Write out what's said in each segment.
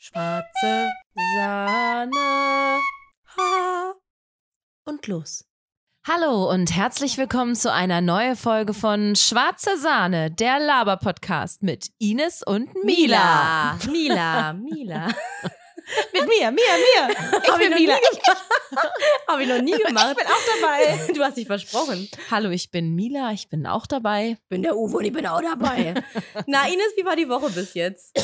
Schwarze Sahne. Ha. Und los. Hallo und herzlich willkommen zu einer neuen Folge von Schwarze Sahne, der Laber-Podcast mit Ines und Mila. Mila. Mit mir. Ich bin Mila. Habe ich noch nie gemacht. Ich bin auch dabei. Du hast dich versprochen. Hallo, ich bin Mila, ich bin auch dabei. Ich bin der Uwe und ich bin auch dabei. Na, Ines, wie war die Woche bis jetzt?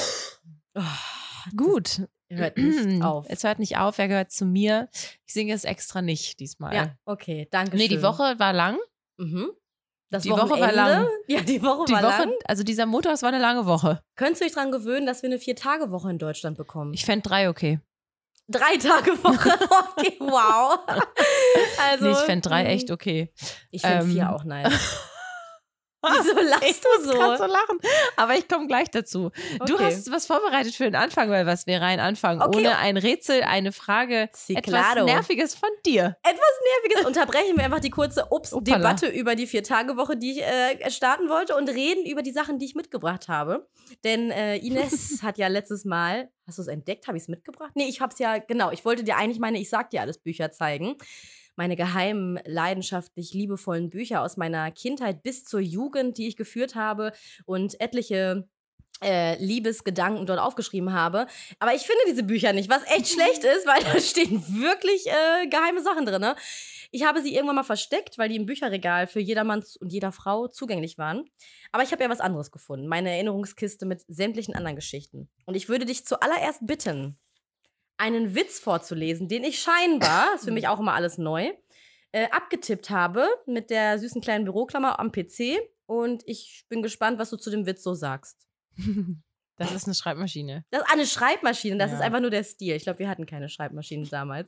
Gut. Hört nicht auf. Es hört nicht auf, er gehört zu mir. Ich singe es extra nicht diesmal. Ja, okay, danke schön. Nee, die Woche war lang. Das Die Wochenende? Woche war lang. Ja, die Woche war lang. Also dieser Montag, es war eine lange Woche. Könntest du dich daran gewöhnen, dass wir eine 4-Tage-Woche in Deutschland bekommen? Ich fände 3 okay. 3-Tage-Woche, okay, wow. Also, Nee, ich fände 3 echt okay. Ich finde 4 auch nice. Wieso lachst du so? Ich muss gerade so lachen, aber ich komme gleich dazu. Du Okay. hast was vorbereitet für den Anfang, weil was wäre ein Anfang Okay. ohne ein Rätsel, eine Frage, Sí, etwas claro. Nerviges von dir. Etwas Nerviges. Unterbrechen wir einfach die kurze Debatte über die 4-Tage-Woche, die ich starten wollte, und reden über die Sachen, die ich mitgebracht habe. Denn Ines hat ja letztes Mal, hast du es entdeckt? Habe ich es mitgebracht? Nee, ich habe es ja, genau. Ich wollte dir eigentlich Ich sag dir alles Bücher zeigen. Meine geheimen, leidenschaftlich liebevollen Bücher aus meiner Kindheit bis zur Jugend, die ich geführt habe und etliche Liebesgedanken dort aufgeschrieben habe. Aber ich finde diese Bücher nicht, was echt schlecht ist, weil da stehen wirklich geheime Sachen drin. Ne? Ich habe sie irgendwann mal versteckt, weil die im Bücherregal für jedermann und jeder Frau zugänglich waren. Aber ich habe ja was anderes gefunden. Meine Erinnerungskiste mit sämtlichen anderen Geschichten. Und ich würde dich zuallererst bitten, einen Witz vorzulesen, den ich scheinbar, ist für mich auch immer alles neu, abgetippt habe mit der süßen kleinen Büroklammer am PC. Und ich bin gespannt, was du zu dem Witz so sagst. Das ist eine Schreibmaschine. Das ist eine Schreibmaschine, das Ja. ist einfach nur der Stil. Ich glaube, wir hatten keine Schreibmaschinen damals.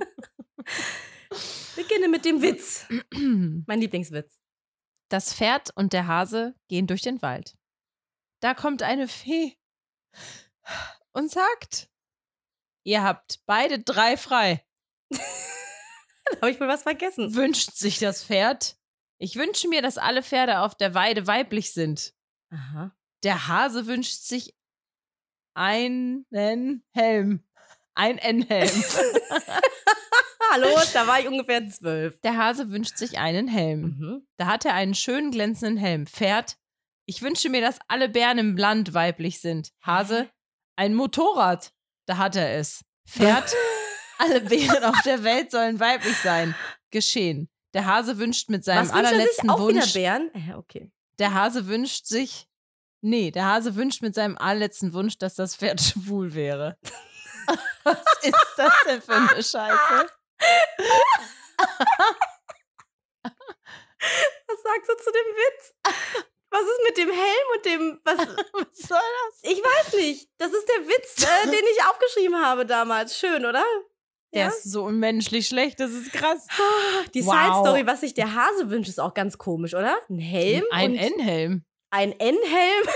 Beginne mit dem Witz. Mein Lieblingswitz. Das Pferd und der Hase gehen durch den Wald. Da kommt eine Fee und sagt, ihr habt beide 3 frei. Da habe ich wohl was vergessen. Wünscht sich das Pferd? Ich wünsche mir, dass alle Pferde auf der Weide weiblich sind. Aha. Der Hase wünscht sich einen Helm. Ein N-Helm. Hallo, da war ich ungefähr 12. Der Hase wünscht sich einen Helm. Da hat er einen schönen glänzenden Helm. Pferd, ich wünsche mir, dass alle Bären im Land weiblich sind. Hase, ein Motorrad. Da hat er es. Pferd, alle Bären auf der Welt sollen weiblich sein. Geschehen. Der Hase wünscht mit seinem Was wünscht er sich? allerletzten Auch wieder Wunsch. Bären? Okay. Der Hase wünscht mit seinem allerletzten Wunsch, dass das Pferd schwul wäre. Was ist das denn für eine Scheiße? Was sagst du zu dem Witz? Was ist mit dem Helm und dem. Was soll das? Ich weiß nicht. Das ist der Witz, den ich aufgeschrieben habe damals. Schön, oder? Der ist so unmenschlich schlecht, das ist krass. Die Wow. Side-Story, was sich der Hase wünscht, ist auch ganz komisch, oder? Ein Helm? Ein und N-Helm. ein N-Helm?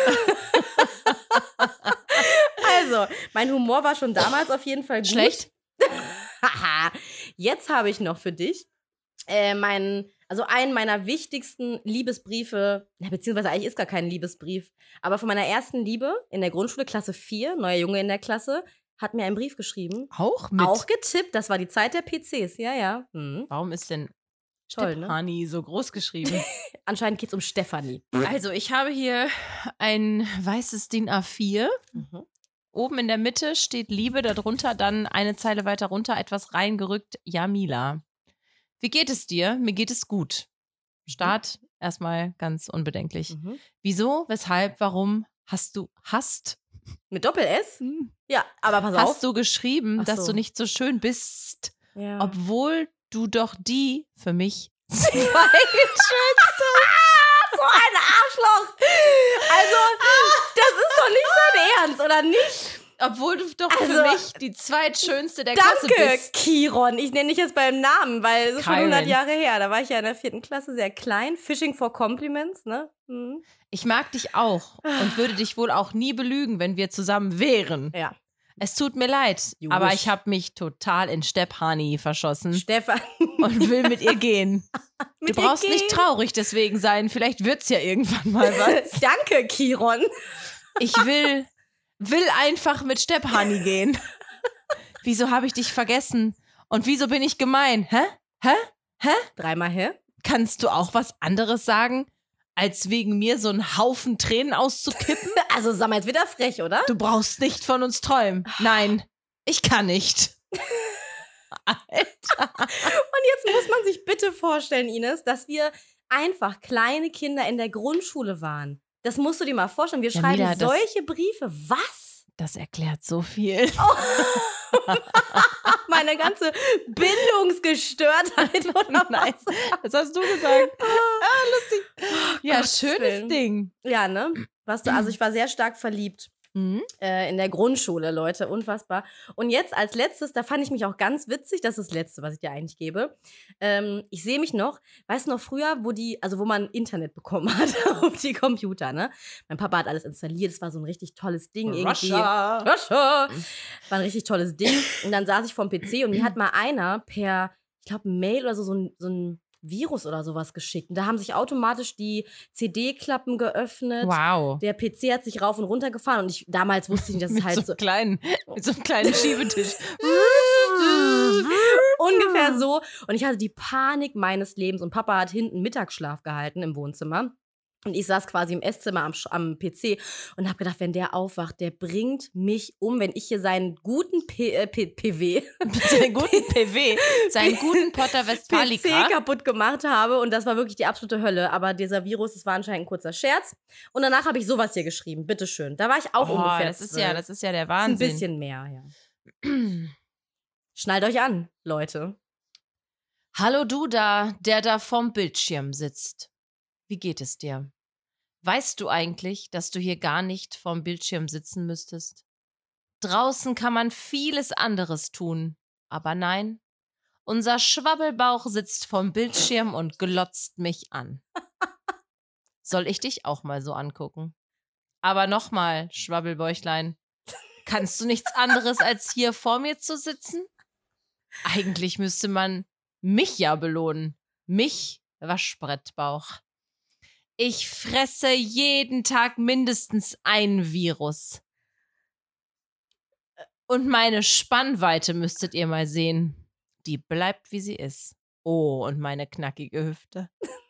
Also, mein Humor war schon damals auf jeden Fall gut. Schlecht? Haha. Jetzt habe ich noch für dich einen meiner wichtigsten Liebesbriefe, beziehungsweise eigentlich ist gar kein Liebesbrief, aber von meiner ersten Liebe in der Grundschule, Klasse 4, neuer Junge in der Klasse, hat mir einen Brief geschrieben. Auch mit? Auch getippt, das war die Zeit der PCs, ja. Warum ist denn Toll, ne? Stefanie so groß geschrieben? Anscheinend geht es um Stefanie. Also, ich habe hier ein weißes DIN A4. Oben in der Mitte steht Liebe, darunter dann eine Zeile weiter runter etwas reingerückt, Jamila. Wie geht es dir? Mir geht es gut. Start erstmal ganz unbedenklich. Wieso, weshalb, warum hast Mit Doppel-S? Ja, aber pass auf. Hast du geschrieben, Ach dass so. du nicht so schön bist, Ja. obwohl du doch die für mich So ein Arschloch! Also, das ist doch nicht sein Ernst, oder nicht? obwohl du doch für Also, mich die zweitschönste der Klasse Danke, bist. Kiron. Ich nenne dich jetzt beim Namen, weil es ist schon Kyron. 100 Jahre her. Da war ich ja in der 4. Klasse sehr klein. Fishing for Compliments, ne? Ich mag dich auch und würde dich wohl auch nie belügen, wenn wir zusammen wären. Ja. Es tut mir leid, You aber wish. ich habe mich total in Stephanie verschossen Stefan. und will mit ihr gehen. Du Mit ihr brauchst nicht gehen? traurig deswegen sein, vielleicht wird's ja irgendwann mal was. Danke, Kiron. Ich will will einfach mit Stephanie gehen. Wieso habe ich dich vergessen? Und wieso bin ich gemein? Hä? 3-mal hä? Kannst du auch was anderes sagen, als wegen mir so einen Haufen Tränen auszukippen? Also sag mal, jetzt wieder frech, oder? Du brauchst nicht von uns träumen. Nein, ich kann nicht. Alter. Und jetzt muss man sich bitte vorstellen, Ines, dass wir einfach kleine Kinder in der Grundschule waren. Das musst du dir mal vorstellen. Wir schreiben Jamila, solche Briefe. Was? Das erklärt so viel. Meine ganze Bindungsgestörtheit. Oder Nein, das hast du gesagt. Lustig. Ja, Gottes schönes Willen. Ding. Ja, ne? Also ich war sehr stark verliebt. Mhm. In der Grundschule, Leute, unfassbar. Und jetzt als letztes, da fand ich mich auch ganz witzig, das ist das Letzte, was ich dir eigentlich gebe. Ich sehe mich noch, weißt du noch früher, wo man Internet bekommen hat auf die Computer, ne? Mein Papa hat alles installiert, es war so ein richtig tolles Ding irgendwie. Russia! War ein richtig tolles Ding. Und dann saß ich vorm PC und mir hat mal einer per, ich glaube, Mail oder so ein Virus oder sowas geschickt. Und da haben sich automatisch die CD-Klappen geöffnet. Wow. Der PC hat sich rauf und runter gefahren und damals wusste ich nicht, dass es halt mit so einem kleinen Schiebetisch. Ungefähr so. Und ich hatte die Panik meines Lebens und Papa hat hinten Mittagsschlaf gehalten im Wohnzimmer. Und ich saß quasi im Esszimmer am PC und habe gedacht, wenn der aufwacht, der bringt mich um, wenn ich hier seinen guten PW, seinen guten Potter Westfalica PC kaputt gemacht habe. Und das war wirklich die absolute Hölle. Aber dieser Virus, das war anscheinend ein kurzer Scherz. Und danach habe ich sowas hier geschrieben. Bitteschön. Da war ich auch ungefähr das ist ja der Wahnsinn. Ein bisschen mehr, ja. Schnallt euch an, Leute. Hallo du da, der da vorm Bildschirm sitzt. Wie geht es dir? Weißt du eigentlich, dass du hier gar nicht vorm Bildschirm sitzen müsstest? Draußen kann man vieles anderes tun. Aber nein, unser Schwabbelbauch sitzt vorm Bildschirm und glotzt mich an. Soll ich dich auch mal so angucken? Aber nochmal, Schwabbelbäuchlein, kannst du nichts anderes als hier vor mir zu sitzen? Eigentlich müsste man mich ja belohnen. Mich, Waschbrettbauch. Ich fresse jeden Tag mindestens ein Virus. Und meine Spannweite müsstet ihr mal sehen. Die bleibt, wie sie ist. Oh, und meine knackige Hüfte.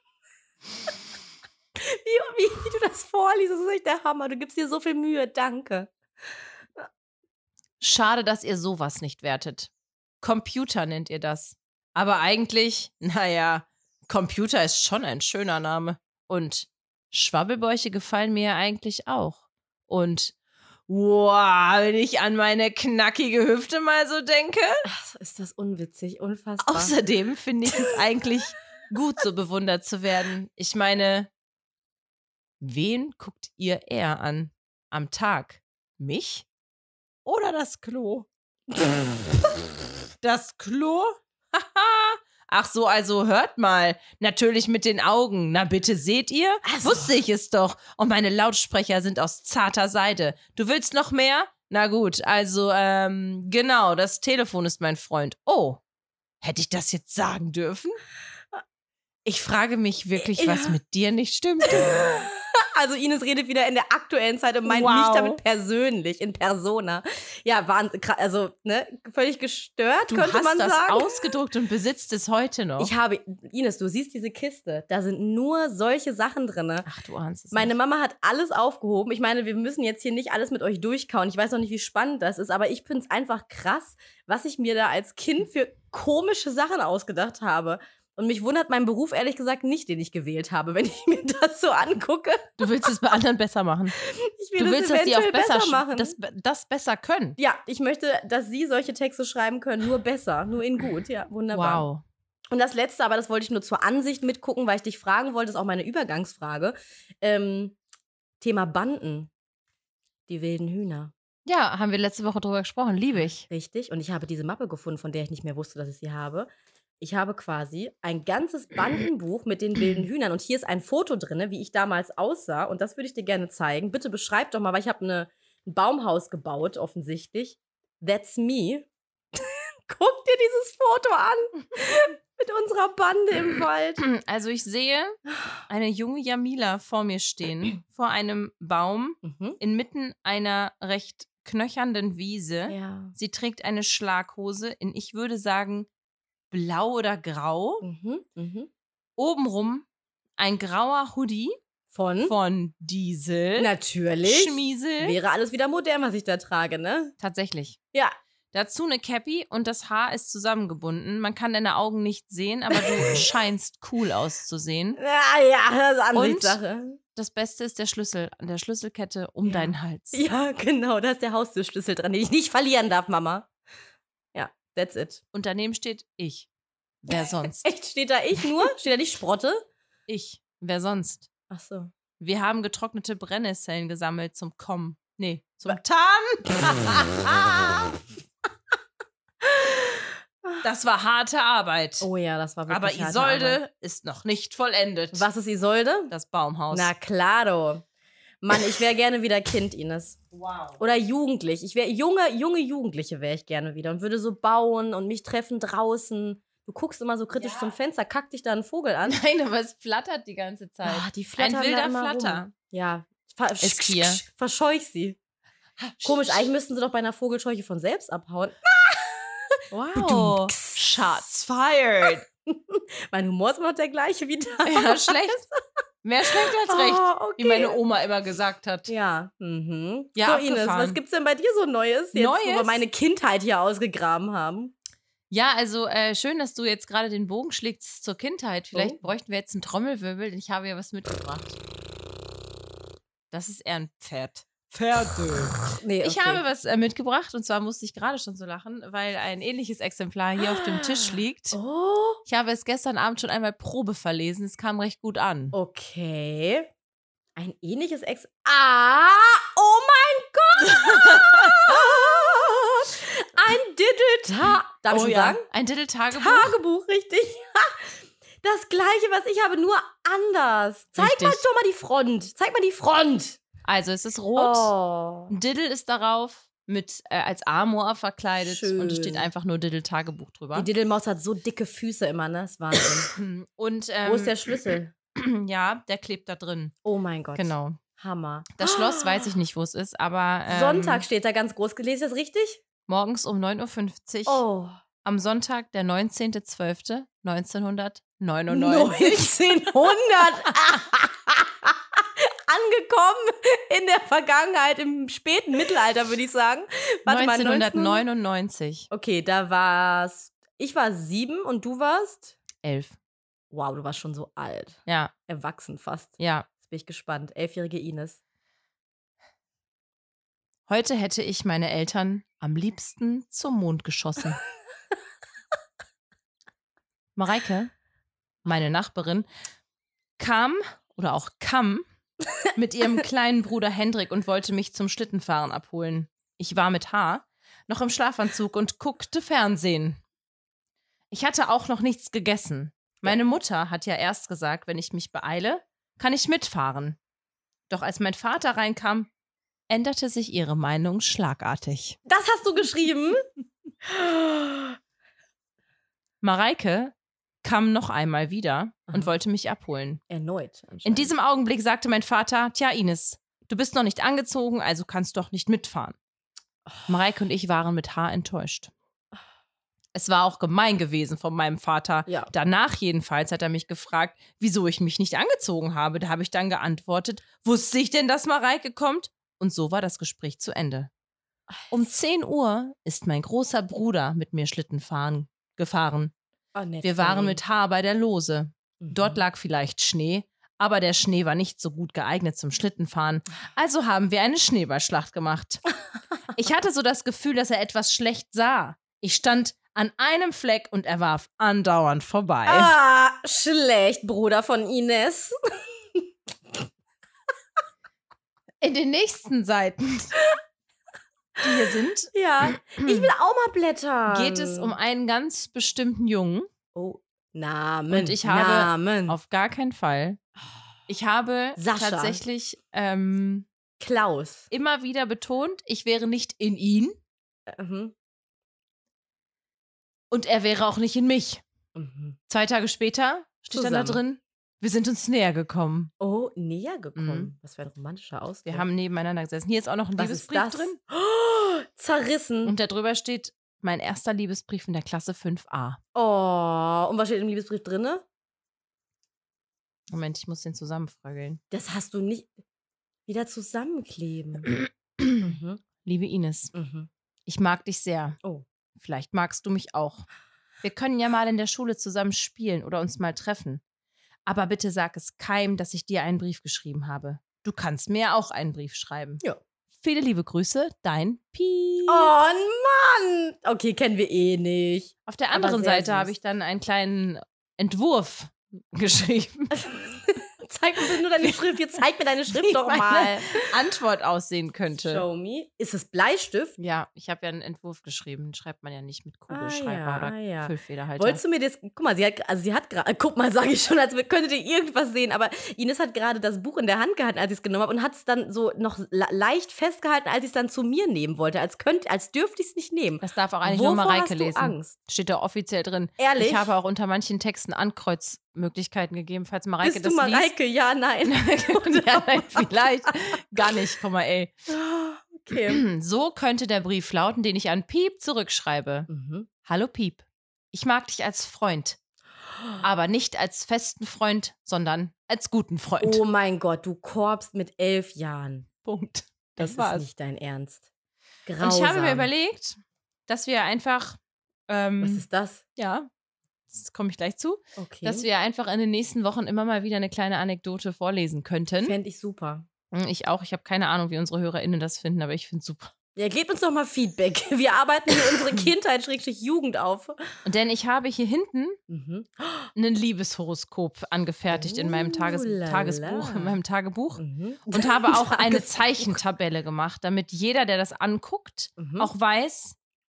Wie du das vorliest, das ist echt der Hammer. Du gibst dir so viel Mühe, danke. Schade, dass ihr sowas nicht wertet. Computer nennt ihr das. Aber eigentlich, naja, Computer ist schon ein schöner Name. Und Schwabbelbäuche gefallen mir ja eigentlich auch. Und wow, wenn ich an meine knackige Hüfte mal so denke. Ach, ist das unwitzig, unfassbar. Außerdem finde ich es eigentlich gut, so bewundert zu werden. Ich meine, wen guckt ihr eher an am Tag? Mich oder das Klo? Das Klo? Ach so, also hört mal. Natürlich mit den Augen. Na bitte, seht ihr? Also. Wusste ich es doch. Und meine Lautsprecher sind aus zarter Seide. Du willst noch mehr? Na gut, also, genau, das Telefon ist mein Freund. Oh, hätte ich das jetzt sagen dürfen? Ich frage mich wirklich, was mit dir nicht stimmt. Also Ines redet wieder in der aktuellen Zeit und meint mich damit persönlich, in Persona. Ja, also, ne, völlig gestört, könnte man sagen. Du hast das ausgedruckt und besitzt es heute noch. Ines, du siehst diese Kiste, da sind nur solche Sachen drin. Ach, du ahnst es Meine nicht. Mama hat alles aufgehoben. Ich meine, wir müssen jetzt hier nicht alles mit euch durchkauen. Ich weiß noch nicht, wie spannend das ist, aber ich finde es einfach krass, was ich mir da als Kind für komische Sachen ausgedacht habe. Und mich wundert mein Beruf, ehrlich gesagt, nicht, den ich gewählt habe, wenn ich mir das so angucke. Du willst es bei anderen besser machen. Du willst, dass die auch besser machen. Das besser können. Ja, ich möchte, dass sie solche Texte schreiben können, nur besser, nur in gut. Ja, wunderbar. Wow. Und das Letzte, aber das wollte ich nur zur Ansicht mitgucken, weil ich dich fragen wollte, ist auch meine Übergangsfrage. Thema Banden. Die wilden Hühner. Ja, haben wir letzte Woche drüber gesprochen. Liebe ich. Richtig. Und ich habe diese Mappe gefunden, von der ich nicht mehr wusste, dass ich sie habe. Ich habe quasi ein ganzes Bandenbuch mit den wilden Hühnern. Und hier ist ein Foto drin, wie ich damals aussah. Und das würde ich dir gerne zeigen. Bitte beschreib doch mal, weil ich habe ein Baumhaus gebaut, offensichtlich. That's me. Guck dir dieses Foto an. Mit unserer Bande im Wald. Also ich sehe eine junge Jamila vor mir stehen, vor einem Baum, inmitten einer recht knöchernden Wiese. Ja. Sie trägt eine Schlaghose in, ich würde sagen, blau oder grau. Obenrum ein grauer Hoodie von Diesel. Natürlich. Schmiesel. Wäre alles wieder modern, was ich da trage, ne? Tatsächlich. Ja. Dazu eine Cappy und das Haar ist zusammengebunden. Man kann deine Augen nicht sehen, aber du scheinst cool auszusehen. Ja, das ist Ansichtssache. Und das Beste ist der Schlüssel an der Schlüsselkette um deinen Hals. Ja, genau, da ist der Haustürschlüssel dran, den ich nicht verlieren darf, Mama. Ja, that's it. Und daneben steht ich. Wer sonst? Echt, steht da ich nur? Steht da nicht Sprotte? Ich. Wer sonst? Ach so. Wir haben getrocknete Brennnesseln gesammelt zum Tarn. Das war harte Arbeit. Oh ja, das war wirklich Aber Isolde ist noch nicht vollendet. Was ist Isolde? Das Baumhaus. Na claro. Mann, ich wäre gerne wieder Kind, Ines. Wow. Oder jugendlich. Ich wäre junge Jugendliche wäre ich gerne wieder und würde so bauen und mich treffen draußen. Du guckst immer so kritisch zum Fenster, kackt dich da ein Vogel an. Nein, aber es flattert die ganze Zeit. Die flattern ein wilder da immer Flatter. Rum. Ja. Ist hier. Verscheuch sie. Komisch, eigentlich müssten sie doch bei einer Vogelscheuche von selbst abhauen. Wow. Shots fired. Mein Humor ist immer noch der gleiche wie da. Ja, schlecht. Mehr schlecht als recht, okay. wie meine Oma immer gesagt hat. Ja. Ja, so, Ines, was gibt's denn bei dir so Neues, jetzt, wo wir meine Kindheit hier ausgegraben haben? Ja, also schön, dass du jetzt gerade den Bogen schlägst zur Kindheit. Vielleicht bräuchten wir jetzt einen Trommelwirbel, denn ich habe ja was mitgebracht. Das ist eher ein Pferd. Nee, okay. Ich habe was mitgebracht und zwar musste ich gerade schon so lachen, weil ein ähnliches Exemplar hier auf dem Tisch liegt. Oh. Ich habe es gestern Abend schon einmal Probe verlesen. Es kam recht gut an. Okay. Ein ähnliches oh mein Gott! Ein Diddle-Tagebuch. Darf ich schon sagen? Ein Diddle-Tagebuch. Tagebuch, richtig. Das gleiche, was ich habe, nur anders. Zeig mal doch mal die Front. Zeig mal die Front. Also es ist rot. Oh. Ein Diddle ist darauf mit als Amor verkleidet. Schön. Und es steht einfach nur Diddle-Tagebuch drüber. Die Diddlemaus hat so dicke Füße immer, ne? Das ist Wahnsinn. Und, wo ist der Schlüssel? Ja, der klebt da drin. Oh mein Gott. Genau. Hammer. Das Schloss weiß ich nicht, wo es ist, aber Sonntag steht da ganz groß gelesen, ist das richtig? Morgens um 9.50 Uhr. Oh. Am Sonntag, der 19.12.1999. 1900! Angekommen in der Vergangenheit, im späten Mittelalter, würde ich sagen. Warte 1999. Okay, da war's. Ich war 7 und du warst? 11. Wow, du warst schon so alt. Ja. Erwachsen fast. Ja. Jetzt bin ich gespannt. 11-jährige Ines. Heute hätte ich meine Eltern am liebsten zum Mond geschossen. Mareike, meine Nachbarin, kam mit ihrem kleinen Bruder Hendrik und wollte mich zum Schlittenfahren abholen. Ich war mit Haar noch im Schlafanzug und guckte Fernsehen. Ich hatte auch noch nichts gegessen. Meine Mutter hat ja erst gesagt, wenn ich mich beeile, kann ich mitfahren. Doch als mein Vater reinkam, änderte sich ihre Meinung schlagartig. Das hast du geschrieben? Mareike kam noch einmal wieder und wollte mich abholen. Erneut. In diesem Augenblick sagte mein Vater, tja Ines, du bist noch nicht angezogen, also kannst doch nicht mitfahren. Mareike und ich waren mit Haar enttäuscht. Es war auch gemein gewesen von meinem Vater. Ja. Danach jedenfalls hat er mich gefragt, wieso ich mich nicht angezogen habe. Da habe ich dann geantwortet, wusste ich denn, dass Mareike kommt? Und so war das Gespräch zu Ende. Um 10 Uhr ist mein großer Bruder mit mir Schlittenfahren gefahren. Oh, nett. Wir waren mit Haar bei der Lose. Dort lag vielleicht Schnee, aber der Schnee war nicht so gut geeignet zum Schlittenfahren. Also haben wir eine Schneeballschlacht gemacht. Ich hatte so das Gefühl, dass er etwas schlecht sah. Ich stand an einem Fleck und er warf andauernd vorbei. Ah, schlecht, Bruder von Ines. In den nächsten Seiten, die hier sind, ja, ich will auch mal blättern. geht es um einen ganz bestimmten Jungen. Oh, Namen. Und ich habe Namen. auf gar keinen Fall. Ich habe Sascha. tatsächlich Klaus. immer wieder betont, ich wäre nicht in ihn Mhm. und er wäre auch nicht in mich. 2 Tage später steht dann da drin, wir sind uns näher gekommen. Oh, näher gekommen. Was für ein romantischer Ausdruck. Wir haben nebeneinander gesessen. Hier ist auch noch ein Liebesbrief drin. Oh, zerrissen. Und da drüber steht, mein erster Liebesbrief in der Klasse 5a. Oh, und was steht im Liebesbrief drin? Moment, ich muss den zusammenfraggeln. Das hast du nicht wieder zusammenkleben. Liebe Ines, ich mag dich sehr. Oh. Vielleicht magst du mich auch. Wir können ja mal in der Schule zusammen spielen oder uns mal treffen. Aber bitte sag es keinem, dass ich dir einen Brief geschrieben habe. Du kannst mir auch einen Brief schreiben. Ja. Viele liebe Grüße, dein Piep. Oh Mann! Okay, kennen wir eh nicht. Auf der anderen Seite habe ich dann einen kleinen Entwurf geschrieben. Zeig mir nur deine Schrift. Jetzt zeig mir deine Schrift doch mal. Antwort aussehen könnte. Show me. Ist es Bleistift? Ja, ich habe ja einen Entwurf geschrieben. Schreibt man ja nicht mit Kugelschreiber oder Füllfederhalter. Wolltest du mir das, guck mal, sie hat gerade, guck mal, sage ich schon, als könntet ihr irgendwas sehen, aber Ines hat gerade das Buch in der Hand gehalten, als ich es genommen habe und hat es dann so noch leicht festgehalten, als ich es dann zu mir nehmen wollte, als dürfte ich es nicht nehmen. Das darf auch eigentlich nur Mareike lesen. Angst? Steht da offiziell drin. Ehrlich? Ich habe auch unter manchen Texten Ankreuzmöglichkeiten gegeben, falls Mareike Bist das du liest. Mareike? Ja, nein. Ja, nein, vielleicht. Gar nicht, komm mal, ey. Okay. So könnte der Brief lauten, den ich an Piep zurückschreibe. Hallo Piep, ich mag dich als Freund, aber nicht als festen Freund, sondern als guten Freund. Oh mein Gott, du korbst mit 11 Jahren. Punkt. Das ist nicht dein Ernst. Grausam. Und ich habe mir überlegt, dass wir einfach was ist das? Ja, das komme ich gleich zu. Okay. Dass wir einfach in den nächsten Wochen immer mal wieder eine kleine Anekdote vorlesen könnten. Fände ich super. Ich auch. Ich habe keine Ahnung, wie unsere HörerInnen das finden, aber ich finde es super. Ja, gebt uns doch mal Feedback. Wir arbeiten hier unsere Kindheit, Jugend auf. Denn ich habe hier hinten ein Liebeshoroskop angefertigt in meinem Tagesbuch, in meinem Tagebuch. Und habe auch eine Zeichentabelle gemacht, damit jeder, der das anguckt, auch weiß,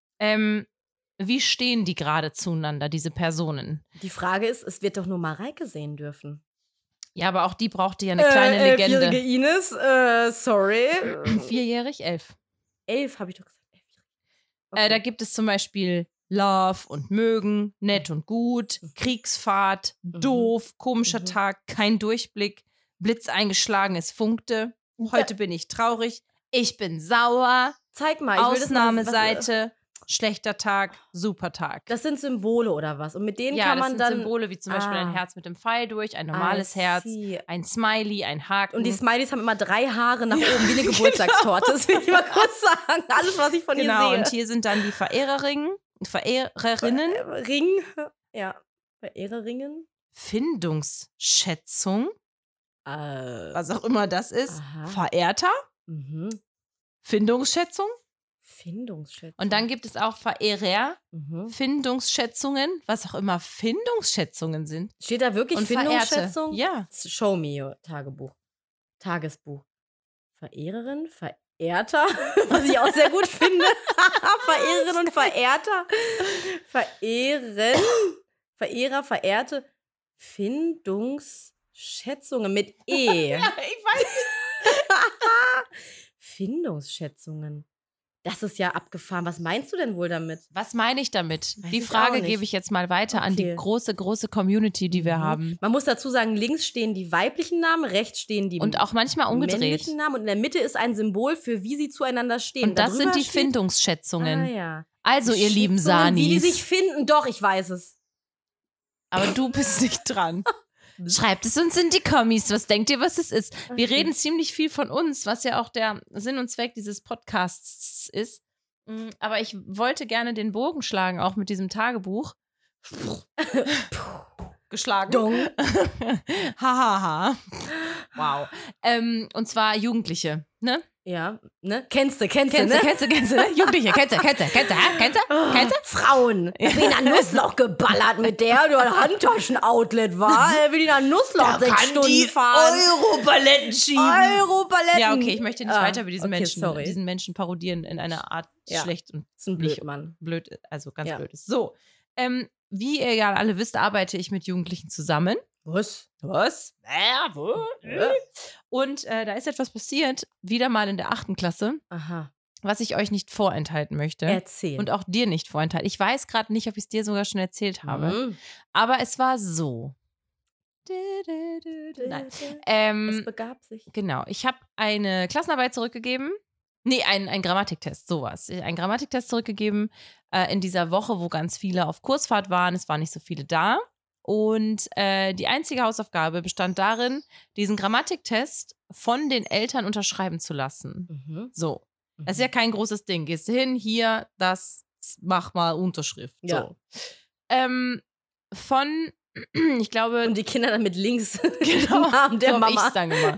wie stehen die gerade zueinander, diese Personen. Die Frage ist, es wird doch nur Mareike sehen dürfen. Ja, aber auch die brauchte ja eine kleine Legende. 4-jährige Ines, sorry. 4-jährig, 11. 11 habe ich doch gesagt. 11. Okay. Da gibt es zum Beispiel Love und Mögen, nett und gut, Kriegsfahrt, doof, komischer Tag, kein Durchblick, Blitz eingeschlagen, es funkte, heute bin ich traurig, ich bin sauer, zeig mal, Ausnahmeseite, schlechter Tag, super Tag. Das sind Symbole oder was? Und mit denen kann man dann... Ja, das sind Symbole wie zum Beispiel ein Herz mit dem Pfeil durch, ein normales Herz, ein Smiley, ein Haken. Und die Smileys haben immer 3 Haare nach oben, wie eine Geburtstagstorte. Das will ich mal kurz sagen. Alles, was ich von ihr sehe. Genau, und hier sind dann die Verehrerinnen. Verehrerinnen. Findungsschätzung. Was auch immer das ist. Aha. Verehrter. Findungsschätzung. Und dann gibt es auch Verehrer, Findungsschätzungen, was auch immer Findungsschätzungen sind. Steht da wirklich und Findungsschätzung? Ja. Show me Tagesbuch. Verehrerin, Verehrter, was ich auch sehr gut finde. Verehrerin und Verehrter. Verehrer, Verehrte, Findungsschätzungen mit E. Ja, ich weiß nicht. Findungsschätzungen. Das ist ja abgefahren. Was meinst du denn wohl damit? Was meine ich damit? Die Frage gebe ich jetzt mal weiter an die große, große Community, die wir haben. Man muss dazu sagen, links stehen die weiblichen Namen, rechts stehen die und auch manchmal umgedreht. Männlichen Namen und in der Mitte ist ein Symbol für, wie sie zueinander stehen. Und das sind die Findungsschätzungen. Ja. Also, ihr lieben Sanis. Wie die sich finden, doch, ich weiß es. Aber du bist nicht dran. Schreibt es uns in die Kommis. Was denkt ihr, was es ist? Okay. Wir reden ziemlich viel von uns, was ja auch der Sinn und Zweck dieses Podcasts ist. Aber ich wollte gerne den Bogen schlagen, auch mit diesem Tagebuch. Geschlagen. Hahaha. Wow. Und zwar Jugendliche, ne? Ja, ne? Kennst du, ne? Jugendliche, kennst du? Frauen. Ich bin an Nussloch geballert mit der, die ein Handtaschen-Outlet war. Er will die nach Nussloch 6 Stunden fahren. Europaletten schieben. Europaletten. Ja, okay, ich möchte nicht weiter über diesen Menschen, diesen Menschen parodieren in einer Art schlecht und ist ein Blödmann. Blöd, also ganz blöd ist. So, wie ihr ja alle wisst, arbeite ich mit Jugendlichen zusammen. Was? Und da ist etwas passiert, wieder mal in der 8. Klasse. Aha. was ich euch nicht vorenthalten möchte. Erzähl. Und auch dir nicht vorenthalten. Ich weiß gerade nicht, ob ich es dir sogar schon erzählt habe. Aber es war so. Nein. Es begab sich. Genau. Ich habe eine Klassenarbeit zurückgegeben. Nee, ein Grammatiktest, sowas. Ein Grammatiktest zurückgegeben in dieser Woche, wo ganz viele auf Kursfahrt waren. Es waren nicht so viele da. Und die einzige Hausaufgabe bestand darin, diesen Grammatiktest von den Eltern unterschreiben zu lassen. So. Das ist ja kein großes Ding. Gehst du hin, hier, das, mach mal Unterschrift. Ja. So. Ich glaube. Und die Kinder dann mit links genau, im Namen der so Mama. Hab ich's dann gemacht.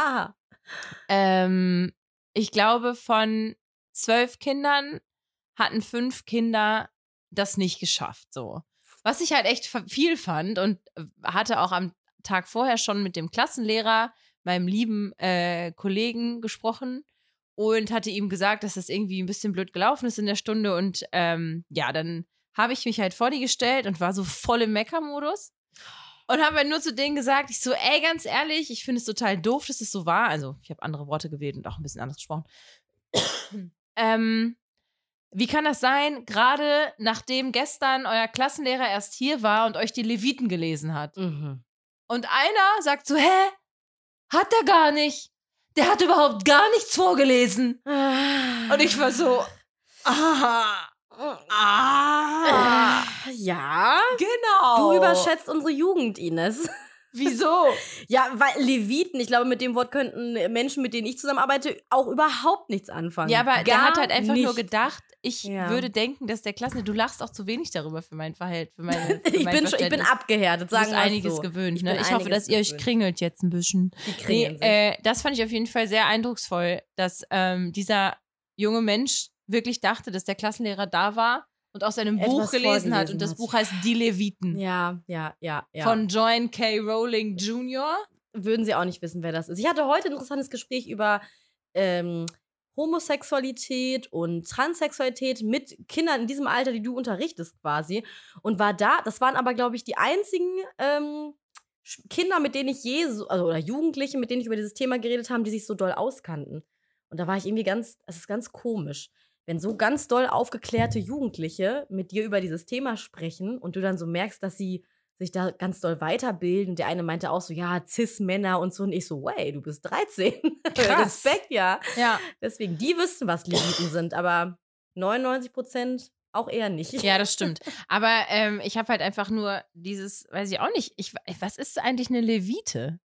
Ich glaube, von 12 Kindern hatten 5 Kinder das nicht geschafft. So. Was ich halt echt viel fand und hatte auch am Tag vorher schon mit dem Klassenlehrer, meinem lieben Kollegen, gesprochen und hatte ihm gesagt, dass das irgendwie ein bisschen blöd gelaufen ist in der Stunde. Und dann habe ich mich halt vor die gestellt und war so voll im Meckermodus. Und habe halt nur zu denen gesagt, ich so, ey, ganz ehrlich, ich finde es total doof, dass es so war. Also, ich habe andere Worte gewählt und auch ein bisschen anders gesprochen. Wie kann das sein, gerade nachdem gestern euer Klassenlehrer erst hier war und euch die Leviten gelesen hat? Und einer sagt so, hä? Hat er gar nicht. Der hat überhaupt gar nichts vorgelesen. Und ich war so, ja. Genau. Du überschätzt unsere Jugend, Ines. Wieso? Ja, weil Leviten, ich glaube, mit dem Wort könnten Menschen, mit denen ich zusammenarbeite, auch überhaupt nichts anfangen. Ja, aber der hat halt einfach nicht. nur gedacht, ich würde denken, dass der Klassenlehrer, du lachst auch zu wenig darüber für mein Verhältnis. Ich bin abgehärtet, sagen wir mal so. Einiges gewöhnt. Ne? Ich hoffe, dass ihr euch kringelt jetzt ein bisschen. Die kringeln sich. Das fand ich auf jeden Fall sehr eindrucksvoll, dass dieser junge Mensch wirklich dachte, dass der Klassenlehrer da war und aus seinem Buch gelesen hat. Und das Buch heißt Die Leviten. Ja. Von John K. Rowling Jr. Würden sie auch nicht wissen, wer das ist. Ich hatte heute ein interessantes Gespräch über Homosexualität und Transsexualität mit Kindern in diesem Alter, die du unterrichtest quasi. Und das waren aber, glaube ich, die einzigen Kinder, mit denen ich oder Jugendliche, mit denen ich über dieses Thema geredet habe, die sich so doll auskannten. Und da war ich irgendwie es ist ganz komisch, wenn so ganz doll aufgeklärte Jugendliche mit dir über dieses Thema sprechen und du dann so merkst, dass sie sich da ganz doll weiterbilden. Und der eine meinte auch so, ja, Cis-Männer und so. Und ich so, wey, du bist 13. Krass. Respekt, ja. Ja. Deswegen, die wüssten, was Leviten sind, aber 99% auch eher nicht. Ja, das stimmt. Aber ich habe halt einfach nur dieses, weiß ich auch nicht, was ist eigentlich eine Levite?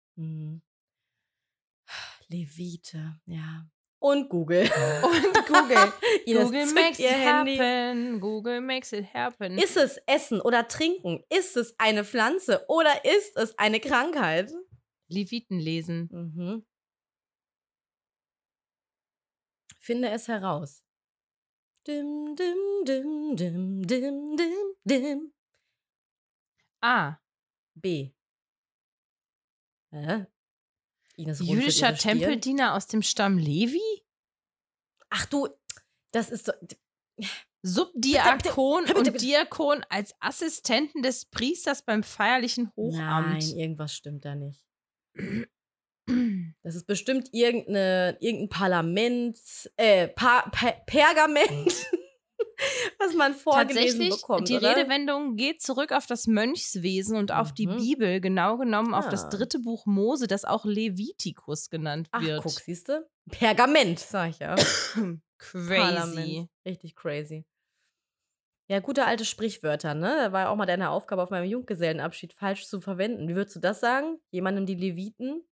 Levite, ja. Und Google. Google makes it happen. Google makes it happen. Ist es Essen oder Trinken? Ist es eine Pflanze oder ist es eine Krankheit? Leviten lesen. Finde es heraus. Dim, dim, dim, dim, dim, dim, dim. A. B. Jüdischer Tempeldiener aus dem Stamm Levi? Ach du, das ist so. Subdiakon und Diakon als Assistenten des Priesters beim feierlichen Hochamt. Nein, irgendwas stimmt da nicht. Das ist bestimmt irgendein Parlament, Pergament, was man vorgelesen bekommt. Die Redewendung geht zurück auf das Mönchswesen und auf die Bibel, genau genommen auf das 3. Buch Mose, das auch Levitikus genannt wird. Ach, guck, siehst du? Pergament, sag ich ja. Crazy. Parlament. Richtig crazy. Ja, gute alte Sprichwörter, ne? Da war ja auch mal deine Aufgabe auf meinem Junggesellenabschied falsch zu verwenden. Wie würdest du das sagen? Jemandem die Leviten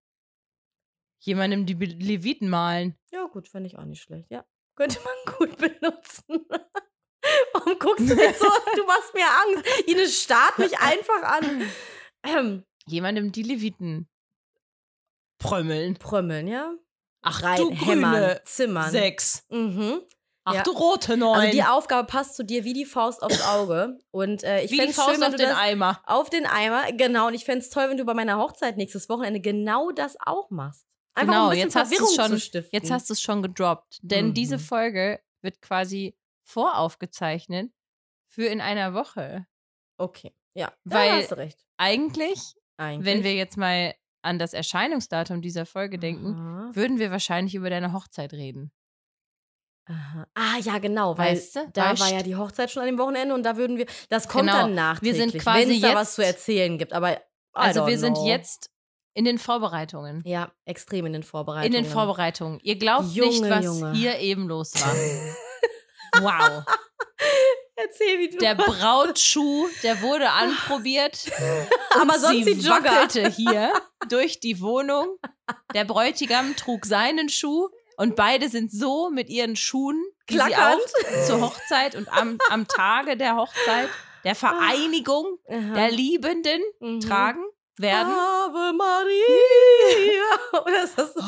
malen. Ja, gut, fände ich auch nicht schlecht, ja. Könnte man gut benutzen. Warum guckst du mich so? Du machst mir Angst. Ines starrt mich einfach an. Jemandem die Leviten prömmeln. Prömmeln, ja. Ach, du grüne Zimmern. 6. Ach, du ja. rote 9. Also die Aufgabe passt zu dir wie die Faust aufs Auge. Und ich fände es schön, wenn du das Eimer. Auf den Eimer, genau. Und ich fände es toll, wenn du bei meiner Hochzeit nächstes Wochenende genau das auch machst. Einfach genau, ein bisschen Verwirrung zu stiften. Jetzt hast du es schon gedroppt. Denn diese Folge wird quasi voraufgezeichnet für in einer Woche. Okay, ja. Weil hast du recht. Eigentlich, wenn wir jetzt mal an das Erscheinungsdatum dieser Folge denken, würden wir wahrscheinlich über deine Hochzeit reden. Aha. Ah, ja, genau, weil Weißt du? da war ja die Hochzeit schon an dem Wochenende und da würden wir, das kommt dann nachträglich, Wir sind quasi wenn es da jetzt, was zu erzählen gibt, aber also wir sind jetzt in den Vorbereitungen. Ja, extrem in den Vorbereitungen. In den Vorbereitungen. Ihr glaubt Junge, nicht, was Junge. hier eben los war. Wow. Erzähl, wie du Der Brautschuh, der wurde anprobiert. aber sonst die Jogger. Wackelte hier durch die Wohnung. Der Bräutigam trug seinen Schuh und beide sind so mit ihren Schuhen, die sie auch zur Hochzeit und am Tage der Hochzeit, der Vereinigung der Liebenden tragen werden. Ave Maria. Oder ist das so?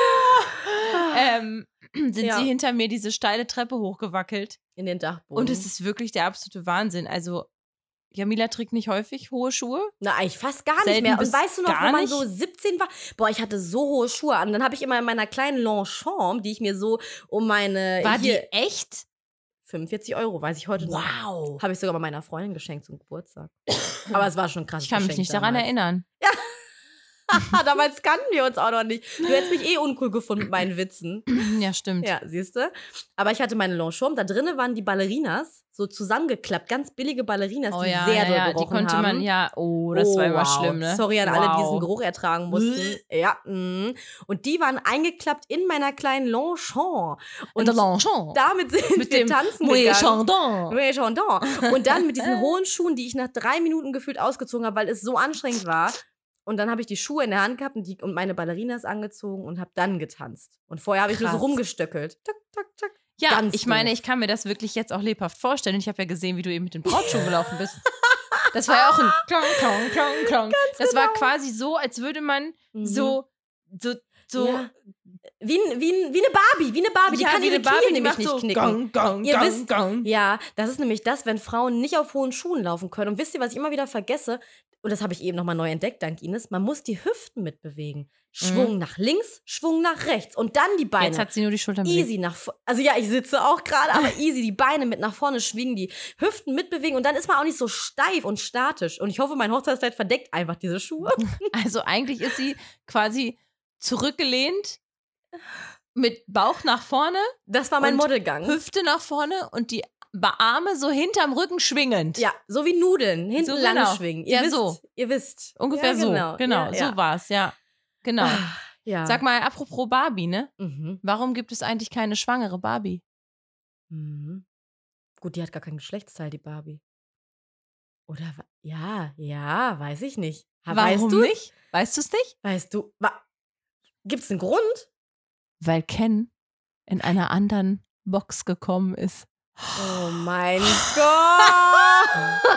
Sind sie hinter mir diese steile Treppe hochgewackelt. In den Dachboden. Und es ist wirklich der absolute Wahnsinn. Also, Jamila trägt nicht häufig hohe Schuhe. Na, eigentlich fast gar nicht mehr. Und weißt du noch, wo man nicht? so 17 war? Boah, ich hatte so hohe Schuhe an. Dann habe ich immer in meiner kleinen Longchamp, die ich mir so um meine... War die echt? 45 €, weiß ich heute noch. Wow. Habe ich sogar bei meiner Freundin geschenkt zum Geburtstag. Aber es war schon krass. Ich kann mich nicht daran erinnern. Ja. Damals kannten wir uns auch noch nicht. Du hättest mich uncool gefunden mit meinen Witzen. Ja, stimmt. Ja, siehst du? Aber ich hatte meine Longchamp. Da drinnen waren die Ballerinas so zusammengeklappt. Ganz billige Ballerinas, die sehr doll gerochen die konnte haben. man, das war immer schlimm, ne? Sorry an alle, die diesen Geruch ertragen mussten. Ja. Und die waren eingeklappt in meiner kleinen Longchamp. Und damit sind mit wir dem tanzen gegangen. Und dann mit diesen hohen Schuhen, die ich nach 3 Minuten gefühlt ausgezogen habe, weil es so anstrengend war. Und dann habe ich die Schuhe in der Hand gehabt und meine Ballerinas angezogen und habe dann getanzt. Und vorher habe ich nur so rumgestöckelt. Tak, tak, tak. Ja, ganz ich meine, ich kann mir das wirklich jetzt auch lebhaft vorstellen. Ich habe ja gesehen, wie du eben mit den Brautschuhen gelaufen bist. Das war ja auch ein Klong, Klong, Klong, Klong. Das war quasi so, als würde man so ja. Wie eine Barbie, die kann ihre Knie nämlich nicht knicken. Ihr wisst, ja, das ist nämlich das, wenn Frauen nicht auf hohen Schuhen laufen können. Und wisst ihr, was ich immer wieder vergesse? Und das habe ich eben nochmal neu entdeckt, dank Ines. Man muss die Hüften mitbewegen. Schwung nach links, Schwung nach rechts. Und dann die Beine. Jetzt hat sie nur die Schultern easy nach vorne. Also ja, ich sitze auch gerade, aber easy. Die Beine mit nach vorne schwingen, die Hüften mitbewegen. Und dann ist man auch nicht so steif und statisch. Und ich hoffe, mein Hochzeitskleid verdeckt einfach diese Schuhe. Also eigentlich ist sie quasi zurückgelehnt mit Bauch nach vorne. Das war mein Modelgang. Hüfte nach vorne und die Arme so hinterm Rücken schwingend. Ja, so wie Nudeln, hinten so lang schwingen. Ihr wisst. Ungefähr ja, genau, ja. So war's, ja. Genau. Ja. Sag mal, apropos Barbie, ne? Warum gibt es eigentlich keine schwangere Barbie? Gut, die hat gar kein Geschlechtsteil, die Barbie. Oder, ja, weiß ich nicht. Warum nicht? Weißt du es nicht? Weißt du, gibt's einen Grund? Weil Ken in einer anderen Box gekommen ist. Oh mein Gott!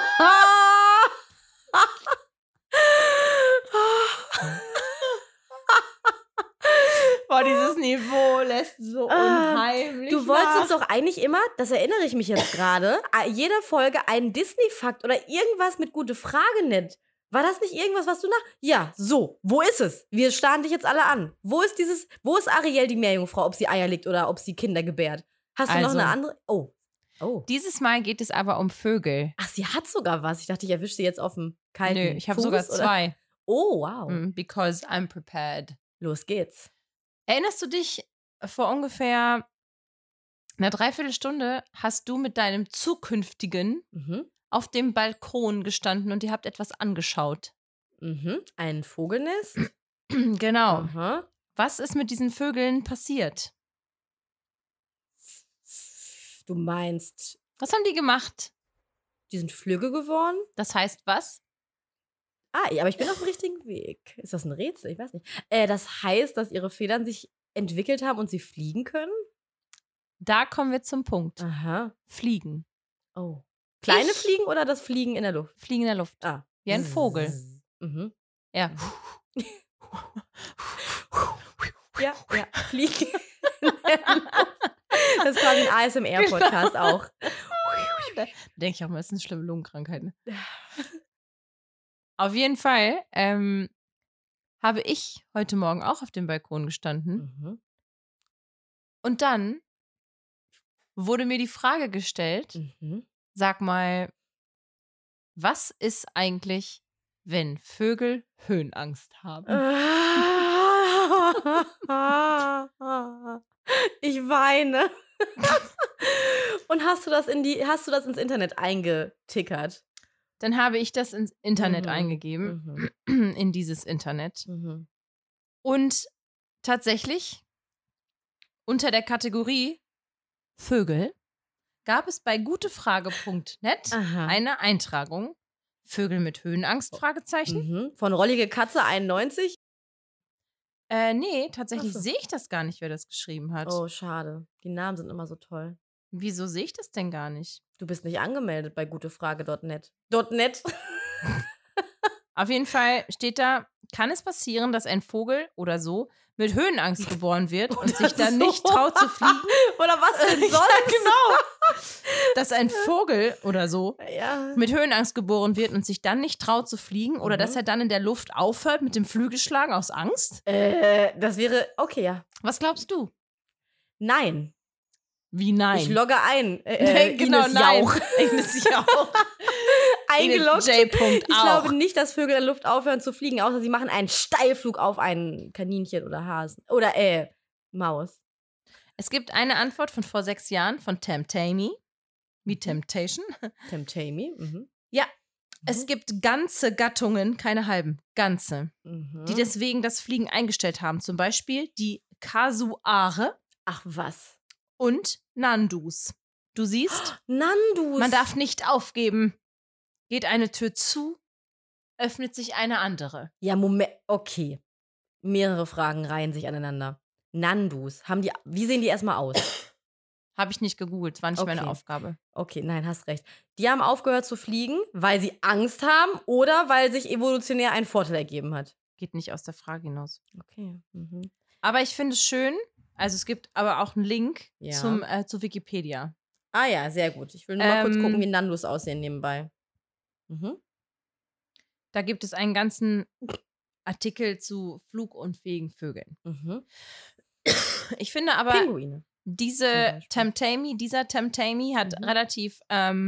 Boah, dieses Niveau lässt so unheimlich Du wolltest uns doch eigentlich immer, das erinnere ich mich jetzt gerade, jeder Folge einen Disney-Fakt oder irgendwas mit gute Frage nennt. War das nicht irgendwas, was du Ja, so, wo ist es? Wir starren dich jetzt alle an. Wo ist Ariel die Meerjungfrau, ob sie Eier legt oder ob sie Kinder gebärt? Hast du noch eine andere? Oh. Dieses Mal geht es aber um Vögel. Ach, sie hat sogar was. Ich dachte, ich erwische sie jetzt auf dem kalten Nö, ich habe Fuß, sogar oder? 2. Oh, wow. Because I'm prepared. Los geht's. Erinnerst du dich, vor ungefähr einer Dreiviertelstunde hast du mit deinem zukünftigen auf dem Balkon gestanden und ihr habt etwas angeschaut. Ein Vogelnest? Genau. Aha. Was ist mit diesen Vögeln passiert? Du meinst... Was haben die gemacht? Die sind flügge geworden? Das heißt was? Ja, aber ich bin auf dem richtigen Weg. Ist das ein Rätsel? Ich weiß nicht. Das heißt, dass ihre Federn sich entwickelt haben und sie fliegen können? Da kommen wir zum Punkt. Aha. Fliegen. Oh. Kleine Fliegen oder das Fliegen in der Luft? Fliegen in der Luft. Ah. Wie ein Vogel. Ja. Ja, Fliegen in der Luft. Das ist quasi ein ASMR-Podcast auch. Da denke ich auch mal, das ist eine schlimme Lungenkrankheit. Ne? Auf jeden Fall habe ich heute Morgen auch auf dem Balkon gestanden. Und dann wurde mir die Frage gestellt, sag mal, was ist eigentlich, wenn Vögel Höhenangst haben? Ich weine. Und hast du das ins Internet eingetickert? Dann habe ich das ins Internet eingegeben, in dieses Internet. Und tatsächlich unter der Kategorie Vögel gab es bei gutefrage.net eine Eintragung. Vögel mit Höhenangst, Fragezeichen. Von Rollige Katze 91? Nee, tatsächlich sehe ich das gar nicht, wer das geschrieben hat. Oh, schade. Die Namen sind immer so toll. Wieso sehe ich das denn gar nicht? Du bist nicht angemeldet bei gutefrage.net. Auf jeden Fall steht da, kann es passieren, dass ein Vogel oder so mit Höhenangst geboren wird und sich dann nicht traut zu fliegen? Oder was denn sonst? Ja, genau. Dass ein Vogel oder so mit Höhenangst geboren wird und sich dann nicht traut zu fliegen oder dass er dann in der Luft aufhört mit dem Flügelschlagen aus Angst? Das wäre, okay, ja. Was glaubst du? Nein. Wie nein? Ich logge ein. Genau, Ines nein. Jauch. Ines Jauch. Eingeloggt. Ich glaube nicht, dass Vögel in der Luft aufhören zu fliegen, außer sie machen einen Steilflug auf ein Kaninchen oder Hasen. Oder, Maus. Es gibt eine Antwort von vor 6 Jahren von Temptamy. Wie Temptation. Temptamy. Ja. Es gibt ganze Gattungen, keine halben, ganze, die deswegen das Fliegen eingestellt haben. Zum Beispiel die Kasuare. Ach, was? Und Nandus. Du siehst, Nandus. Man darf nicht aufgeben. Geht eine Tür zu, öffnet sich eine andere. Ja, Moment, okay. Mehrere Fragen reihen sich aneinander. Nandus, wie sehen die erstmal aus? Habe ich nicht gegoogelt, war nicht meine Aufgabe. Okay, nein, hast recht. Die haben aufgehört zu fliegen, weil sie Angst haben oder weil sich evolutionär ein Vorteil ergeben hat? Geht nicht aus der Frage hinaus. Okay. Aber ich finde es schön, also es gibt aber auch einen Link zu Wikipedia. Ah ja, sehr gut. Ich will nur mal kurz gucken, wie Nandus aussehen nebenbei. Da gibt es einen ganzen Artikel zu flugunfähigen Vögeln. Ich finde aber, Pinguine. dieser Temptamy hat relativ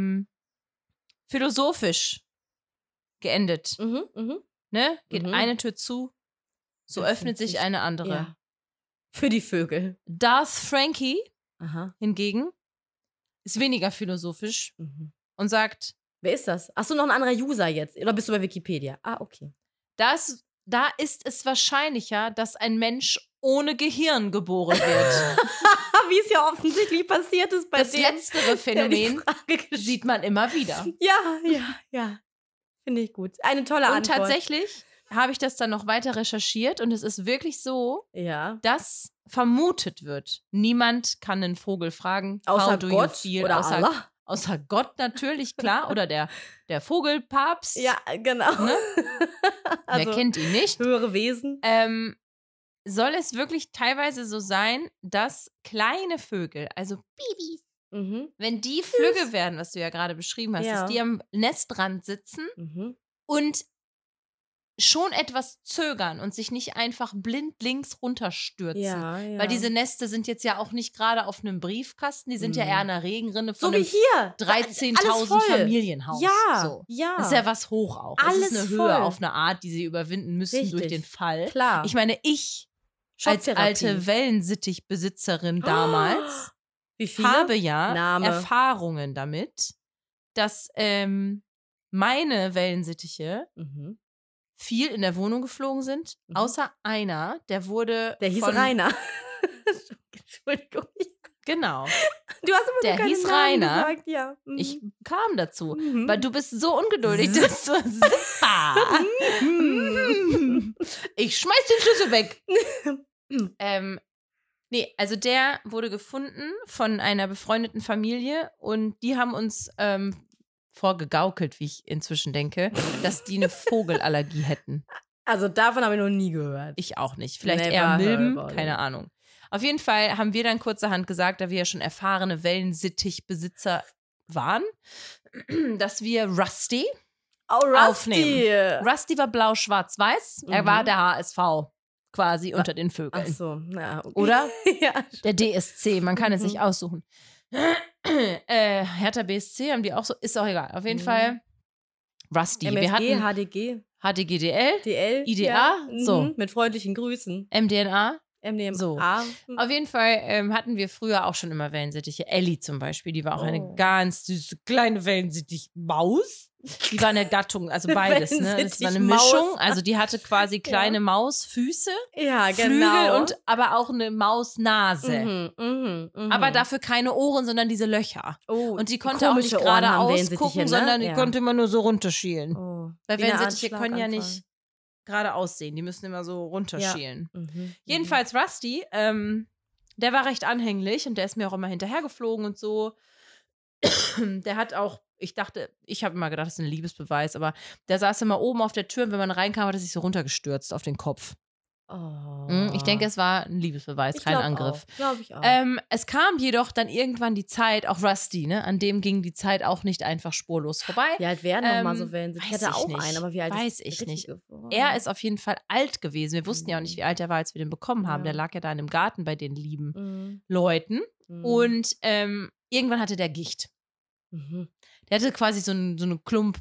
philosophisch geendet. Ne? Geht eine Tür zu, so öffnet sich eine andere. Ja. Für die Vögel. Darth Frankie hingegen ist weniger philosophisch und sagt, wer ist das? Achso, noch ein anderer User jetzt. Oder bist du bei Wikipedia? Ah, okay. Da ist es wahrscheinlicher, dass ein Mensch ohne Gehirn geboren wird. Wie es ja offensichtlich passiert ist bei das letztere Phänomen sieht man immer wieder. Ja. Finde ich gut. Eine tolle Antwort. Und tatsächlich habe ich das dann noch weiter recherchiert und es ist wirklich so, dass vermutet wird, niemand kann einen Vogel fragen, außer Gott oder Allah. Außer Gott natürlich, klar, oder der Vogelpapst. Ja, genau. Ne? Also, wer kennt ihn nicht? Höhere Wesen. Soll es wirklich teilweise so sein, dass kleine Vögel, also Babys, wenn die flügge werden, was du ja gerade beschrieben hast, dass die am Nestrand sitzen und schon etwas zögern und sich nicht einfach blind links runterstürzen. Ja. Weil diese Neste sind jetzt ja auch nicht gerade auf einem Briefkasten, die sind ja eher in einer Regenrinne von so wie hier. 13.000 Familienhaus. Ja, so. ja. Das ist ja was hoch auch. Alles das ist eine voll. Höhe auf eine Art, die sie überwinden müssen durch den Fall. Klar. Ich meine, als alte Wellensittichbesitzerin damals habe ja Erfahrungen damit, dass meine Wellensittiche viel in der Wohnung geflogen sind, außer einer, der hieß Rainer. Entschuldigung. Genau. Du hast immer der hieß Rainer. Gesagt, ja. Ich kam dazu, weil du bist so ungeduldig, dass du ich schmeiß den Schlüssel weg. Nee, also der wurde gefunden von einer befreundeten Familie und die haben uns vorgegaukelt, wie ich inzwischen denke, dass die eine Vogelallergie hätten. Also davon habe ich noch nie gehört. Ich auch nicht. Vielleicht eher Milben, keine Ahnung. Auf jeden Fall haben wir dann kurzerhand gesagt, da wir ja schon erfahrene Wellensittichbesitzer waren, dass wir Rusty aufnehmen. Rusty war blau-schwarz-weiß. Er war der HSV quasi unter den Vögeln. Ach so, na, okay. Oder? Ja. Der DSC, man kann es sich aussuchen. Hertha BSC haben die auch so, ist auch egal. Auf jeden Fall Rusty. MFG, wir hatten HDG. HDGDL, DL, IDA, so. Mit freundlichen Grüßen. MDNA, MDMA. So. Auf jeden Fall hatten wir früher auch schon immer Wellensittiche. Ellie zum Beispiel, die war auch eine ganz süße kleine Wellensittich-Maus. Die war eine Gattung, also beides, ne? Das war eine Mischung. Also die hatte quasi kleine Mausfüße, Flügel und aber auch eine Mausnase. Aber dafür keine Ohren, sondern diese Löcher. Oh, und die konnte auch nicht geradeaus gucken, sondern die konnte immer nur so runterschielen. Weil Wellensittiche können ja nicht geradeaus sehen, die müssen immer so runterschielen. Jedenfalls Rusty, der war recht anhänglich und der ist mir auch immer hinterhergeflogen und so. Der hat auch, ich habe immer gedacht, das ist ein Liebesbeweis, aber der saß immer oben auf der Tür und wenn man reinkam, hat er sich so runtergestürzt auf den Kopf. Ich denke, es war ein Liebesbeweis, kein Angriff. Glaube ich auch. Es kam jedoch dann irgendwann die Zeit, auch Rusty, ne, an dem ging die Zeit auch nicht einfach spurlos vorbei. Wie alt werden nochmal so Wellensittiche? Ich hätte auch einen, aber wie alt weiß ich nicht. Er ist auf jeden Fall alt gewesen. Wir wussten ja auch nicht, wie alt er war, als wir den bekommen haben. Der lag ja da in dem Garten bei den lieben Leuten. Und irgendwann hatte der Gicht. Der hatte quasi so eine Klump,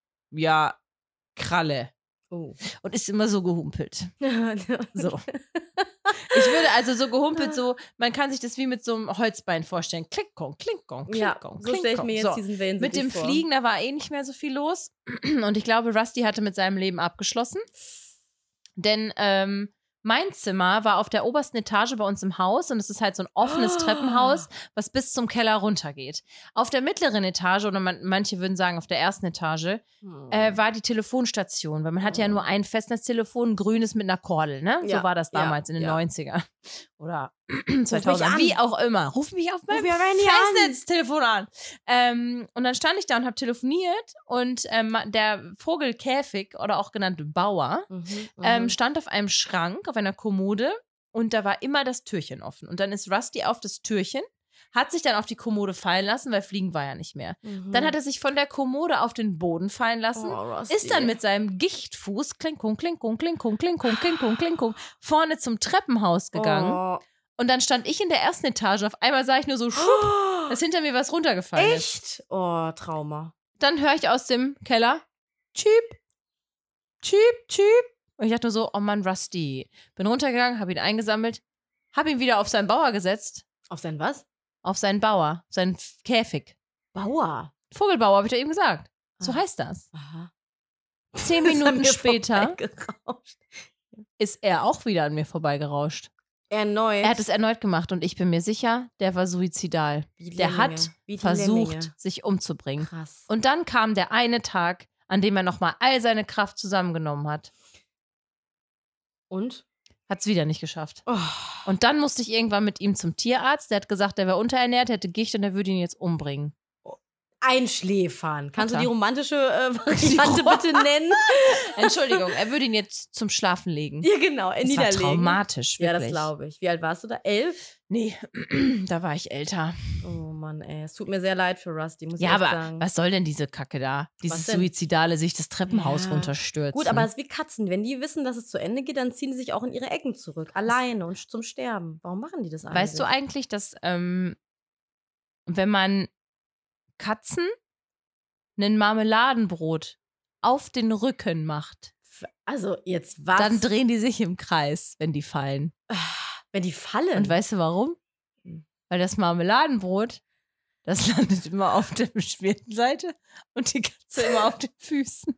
Kralle. Und ist immer so gehumpelt. So. Ich würde also so gehumpelt, so, man kann sich das wie mit so einem Holzbein vorstellen. Klick-Kong, Klick-Kong, Klick-Kong. So stelle ich mir jetzt diesen Wellensittich vor. Mit dem Fliegen, da war nicht mehr so viel los. Und ich glaube, Rusty hatte mit seinem Leben abgeschlossen. Denn mein Zimmer war auf der obersten Etage bei uns im Haus und es ist halt so ein offenes Treppenhaus, was bis zum Keller runtergeht. Auf der mittleren Etage, oder manche würden sagen auf der ersten Etage, war die Telefonstation, weil man hat ja nur ein Festnetztelefon, ein grünes mit einer Kordel, ne? So war das damals in den 90ern. Oder 2000, wie auch immer. Ruf mich auf meinem Festnetztelefon an. Und dann stand ich da und habe telefoniert und der Vogelkäfig, oder auch genannt Bauer, stand auf einem Schrank, auf einer Kommode und da war immer das Türchen offen. Und dann ist Rusty auf das Türchen, hat sich dann auf die Kommode fallen lassen, weil Fliegen war ja nicht mehr. Dann hat er sich von der Kommode auf den Boden fallen lassen, ist dann mit seinem Gichtfuß klinkung, klinkung, klinkung, klinkung, klinkung, klinkung, vorne zum Treppenhaus gegangen. Und dann stand ich in der ersten Etage. Auf einmal sah ich nur so, dass hinter mir was runtergefallen ist. Echt? Oh, Trauma. Dann höre ich aus dem Keller, Cheep, Cheep, Cheep. Und ich dachte nur so, oh Mann, Rusty. Bin runtergegangen, habe ihn eingesammelt, habe ihn wieder auf seinen Bauer gesetzt. Auf seinen was? Auf seinen Bauer, seinen Käfig. Bauer? Vogelbauer, habe ich doch eben gesagt. So heißt das. Aha. 10 Minuten später ist er auch wieder an mir vorbeigerauscht. Erneut? Er hat es erneut gemacht und ich bin mir sicher, der war suizidal. Der hat versucht, sich umzubringen. Krass. Und dann kam der eine Tag, an dem er nochmal all seine Kraft zusammengenommen hat. Und? Hat es wieder nicht geschafft. Und dann musste ich irgendwann mit ihm zum Tierarzt. Der hat gesagt, er wäre unterernährt, hätte Gicht und er würde ihn jetzt umbringen. Einschläfern. Kannst du die romantische Variante bitte nennen? Entschuldigung, er würde ihn jetzt zum Schlafen legen. Ja, genau, niederlegen. Das war traumatisch, wirklich. Ja, das glaube ich. Wie alt warst du da? 11? Nee, da war ich älter. Oh Mann, ey. Es tut mir sehr leid für Rusty, muss ich aber sagen. Was soll denn diese Kacke da? Dieses suizidale, sich das Treppenhaus runterstürzen. Gut, aber es ist wie Katzen. Wenn die wissen, dass es zu Ende geht, dann ziehen die sich auch in ihre Ecken zurück. Alleine und zum Sterben. Warum machen die das eigentlich? Weißt du eigentlich, dass wenn man Katzen ein Marmeladenbrot auf den Rücken macht. Also jetzt was? Dann drehen die sich im Kreis, wenn die fallen. Wenn die fallen? Und weißt du warum? Weil das Marmeladenbrot, das landet immer auf der beschwerten Seite und die Katze immer auf den Füßen.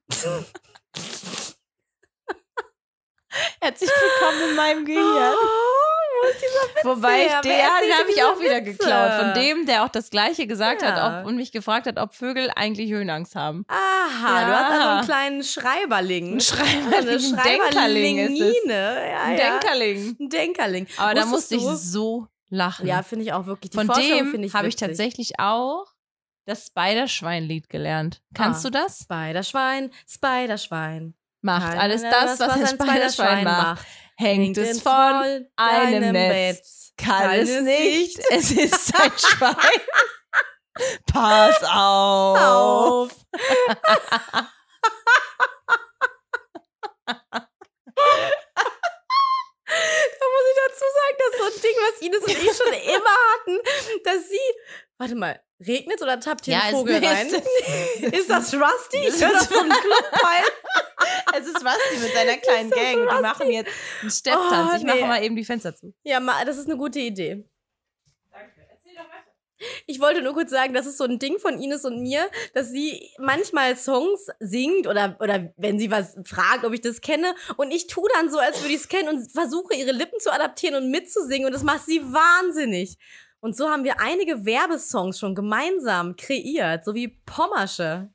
Herzlich willkommen in meinem Gehirn. Wo ist dieser Witz Wobei her? den habe ich auch wieder geklaut. Von dem, der auch das Gleiche gesagt hat und mich gefragt hat, ob Vögel eigentlich Höhenangst haben. Aha, du hast also einen kleinen Schreiberling. Ein Schreiberling, ein Denkerling ist es. Ein Denkerling. Ein Denkerling. Aber da musste ich so lachen. Ja, finde ich auch wirklich. Die Von Vorstellung dem habe ich tatsächlich auch das Spiderschwein-Lied gelernt. Kannst du das? Spiderschwein, Spiderschwein. Macht alles das, was ein Spiderschwein macht. Hängt es von einem Netz. Kann es nicht, es ist ein Schwein. Pass auf. Da muss ich dazu sagen, dass so ein Ding, was Ines und ich schon immer hatten, dass sie, warte mal, regnet oder tappt hier ein Vogel rein? Ist das Rusty? Ich höre das so einen Clubpfeil. Es ist Basti mit seiner kleinen Gang und die machen jetzt einen Stepptanz. Ich mache mal eben die Fenster zu. Ja, das ist eine gute Idee. Danke. Erzähl doch weiter. Ich wollte nur kurz sagen, das ist so ein Ding von Ines und mir, dass sie manchmal Songs singt oder wenn sie was fragt, ob ich das kenne und ich tue dann so, als würde ich es kennen und versuche, ihre Lippen zu adaptieren und mitzusingen und das macht sie wahnsinnig. Und so haben wir einige Werbesongs schon gemeinsam kreiert, so wie Pommersche.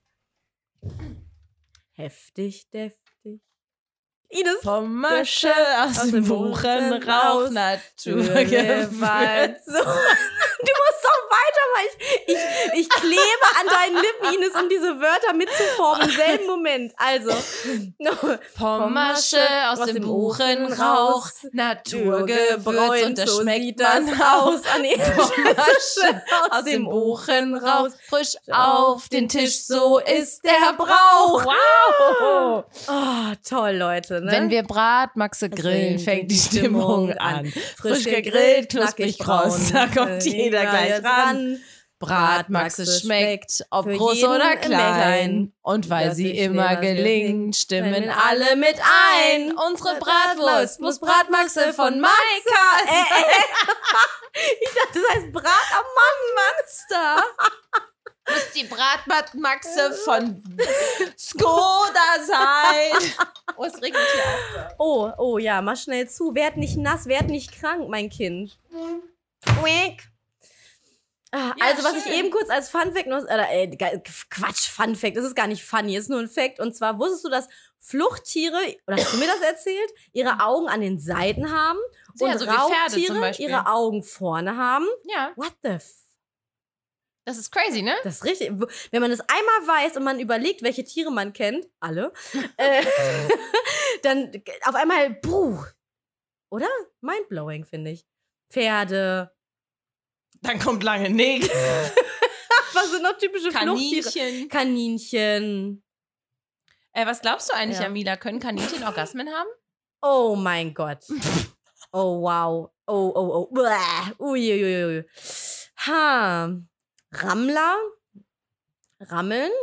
Heftig, deftig. Ines. Pommersche aus dem Buchenrauch, Naturgewalt. So. Du musst doch weitermachen. Ich klebe an deinen Lippen, Ines, um diese Wörter mitzuformen im selben Moment. Also. Pommersche aus dem Buchenrauch, Naturgewürz und das so schmeckt das man aus. Pommersche aus dem Buchenrauch, frisch auf den Tisch, so ist der Brauch. Wow! Oh, toll, Leute. Ne? Wenn wir Bratmaxe grillen, fängt die Stimmung an. Frisch gegrillt, knusprig kross, da kommt jeder gleich ran. Bratmaxe schmeckt, ob groß oder klein. Und weil sie immer gelingt, stimmen alle mit ein. Unsere Bratwurst muss Bratmaxe von Maika. Ich dachte, das heißt Brat am Monster. Muss die Bratmaxe von Skoda sein. Oh, es regnet hier auch. Oh, ja, mach schnell zu. Werd nicht nass, werd nicht krank, mein Kind. Quick. Also, was ich eben kurz als Funfact noch, Quatsch, Funfact, das ist gar nicht funny, ist nur ein Fact. Und zwar, wusstest du, dass Fluchttiere, oder hast du mir das erzählt, ihre Augen an den Seiten haben und so wie Pferde zum Raubtiere Beispiel ihre Augen vorne haben? Ja. What the Das ist crazy, ne? Das ist richtig. Wenn man das einmal weiß und man überlegt, welche Tiere man kennt, alle, dann auf einmal, oder? Mindblowing, finde ich. Pferde. Dann kommt lange nichts. Was sind noch typische Kaninchen. Fluchttiere? Kaninchen. Was glaubst du eigentlich, Jamila? Können Kaninchen Orgasmen haben? Oh mein Gott. Oh, wow. Oh. Uiuiui. Rammler? Rammeln?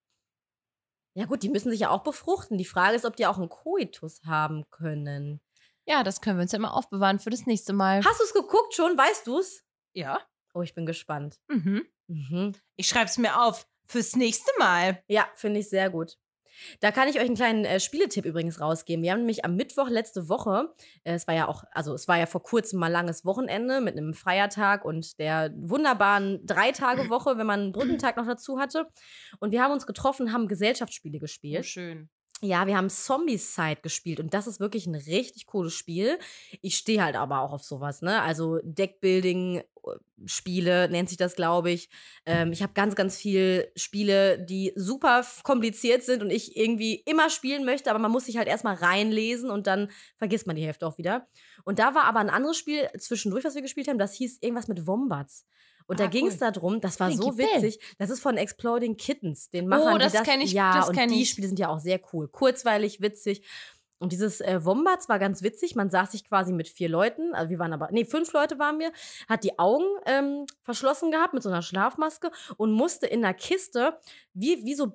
Ja gut, die müssen sich ja auch befruchten. Die Frage ist, ob die auch einen Koitus haben können. Ja, das können wir uns ja immer aufbewahren für das nächste Mal. Hast du es geguckt schon? Weißt du es? Ja. Oh, ich bin gespannt. Ich schreibe es mir auf fürs nächste Mal. Ja, finde ich sehr gut. Da kann ich euch einen kleinen Spieletipp übrigens rausgeben. Wir haben nämlich am Mittwoch letzte Woche, es war ja vor kurzem mal langes Wochenende mit einem Feiertag und der wunderbaren 3-Tage-Woche, wenn man einen Brückentag noch dazu hatte. Und wir haben uns getroffen, haben Gesellschaftsspiele gespielt. Oh, schön. Ja, wir haben Zombicide gespielt und das ist wirklich ein richtig cooles Spiel. Ich stehe halt aber auch auf sowas, ne? Also Deckbuilding-Spiele nennt sich das, glaube ich. Ich habe ganz, ganz viel Spiele, die super kompliziert sind und ich irgendwie immer spielen möchte, aber man muss sich halt erstmal reinlesen und dann vergisst man die Hälfte auch wieder. Und da war aber ein anderes Spiel zwischendurch, was wir gespielt haben, das hieß irgendwas mit Wombats. Und da ging es darum, das war so witzig, das ist von Exploding Kittens, den Machern, das kenne ich. Ja, das und kenn die ich. Spiele sind ja auch sehr cool, kurzweilig, witzig. Und dieses Wombats war ganz witzig, man saß sich quasi mit 4 Leuten, also 5 Leute waren wir, hat die Augen verschlossen gehabt mit so einer Schlafmaske und musste in einer Kiste, wie so